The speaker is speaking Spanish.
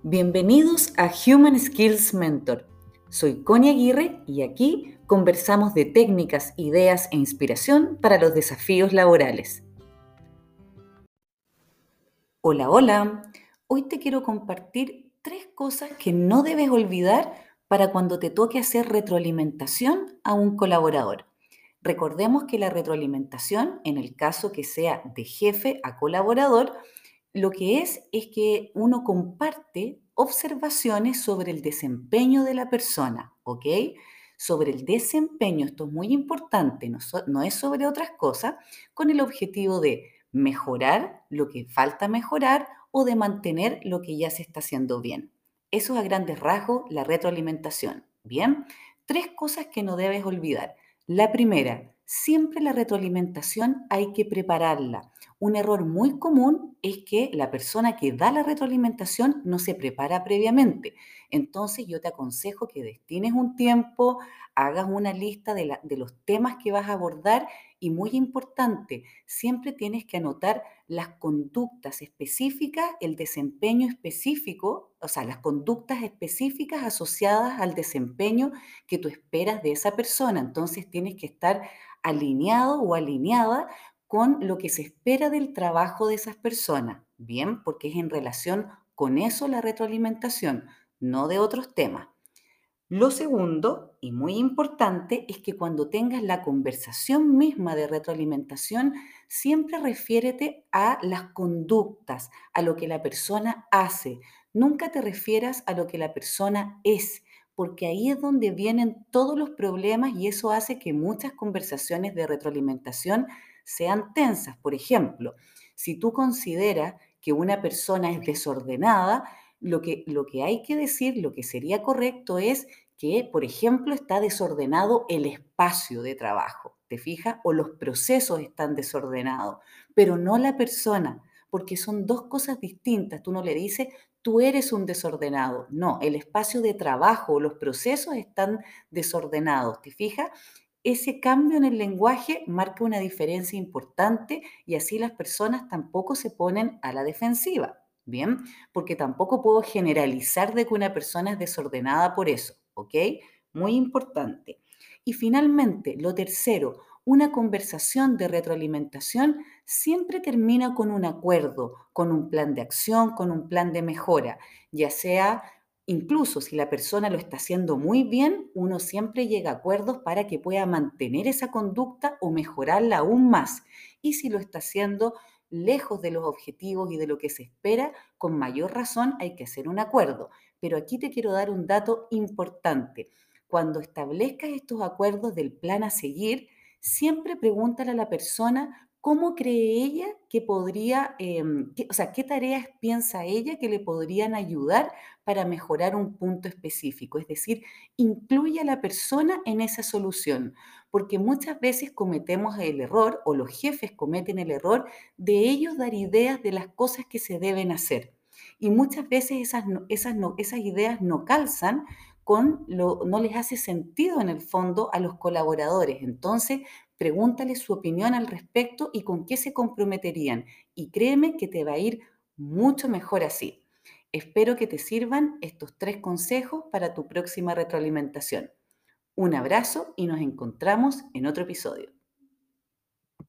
Bienvenidos a Human Skills Mentor. Soy Connie Aguirre y aquí conversamos de técnicas, ideas e inspiración para los desafíos laborales. Hola, hola. Hoy te quiero compartir 3 cosas que no debes olvidar para cuando te toque hacer retroalimentación a un colaborador. Recordemos que la retroalimentación, en el caso que sea de jefe a colaborador, lo que es que uno comparte observaciones sobre el desempeño de la persona, ¿ok? Sobre el desempeño, esto es muy importante, no es sobre otras cosas, con el objetivo de mejorar lo que falta mejorar o de mantener lo que ya se está haciendo bien. Eso es a grandes rasgos la retroalimentación. Bien, 3 cosas que no debes olvidar. La primera, siempre la retroalimentación hay que prepararla. Un error muy común es que la persona que da la retroalimentación no se prepara previamente. Entonces yo te aconsejo que destines un tiempo, hagas una lista de los temas que vas a abordar y muy importante, siempre tienes que anotar las conductas específicas, el desempeño específico, o sea, las conductas específicas asociadas al desempeño que tú esperas de esa persona. Entonces tienes que estar alineado o alineada con lo que se espera del trabajo de esas personas, ¿bien? Porque es en relación con eso la retroalimentación, no de otros temas. Lo segundo, y muy importante, es que cuando tengas la conversación misma de retroalimentación, siempre refiérete a las conductas, a lo que la persona hace. Nunca te refieras a lo que la persona es, porque ahí es donde vienen todos los problemas y eso hace que muchas conversaciones de retroalimentación sean tensas. Por ejemplo, si tú consideras que una persona es desordenada, lo que hay que decir, lo que sería correcto es que, por ejemplo, está desordenado el espacio de trabajo, ¿te fijas? O los procesos están desordenados, pero no la persona, porque son dos cosas distintas. Tú no le dices, tú eres un desordenado. No, el espacio de trabajo o los procesos están desordenados, ¿te fijas? Ese cambio en el lenguaje marca una diferencia importante y así las personas tampoco se ponen a la defensiva. Bien, porque tampoco puedo generalizar de que una persona es desordenada por eso, ¿ok? Muy importante. Y finalmente, lo tercero, una conversación de retroalimentación siempre termina con un acuerdo, con un plan de acción, con un plan de mejora, ya sea incluso si la persona lo está haciendo muy bien, uno siempre llega a acuerdos para que pueda mantener esa conducta o mejorarla aún más. Y si lo está haciendo lejos de los objetivos y de lo que se espera, con mayor razón hay que hacer un acuerdo. Pero aquí te quiero dar un dato importante. Cuando establezcas estos acuerdos del plan a seguir, siempre pregúntale a la persona cómo cree ella que podría, o sea, qué tareas piensa ella que le podrían ayudar para mejorar un punto específico. Es decir, incluye a la persona en esa solución, porque muchas veces cometemos el error, o los jefes cometen el error, de ellos dar ideas de las cosas que se deben hacer. Y muchas veces esas ideas no calzan no les hace sentido en el fondo a los colaboradores. Entonces, pregúntale su opinión al respecto y con qué se comprometerían. Y créeme que te va a ir mucho mejor así. Espero que te sirvan estos 3 consejos para tu próxima retroalimentación. Un abrazo y nos encontramos en otro episodio.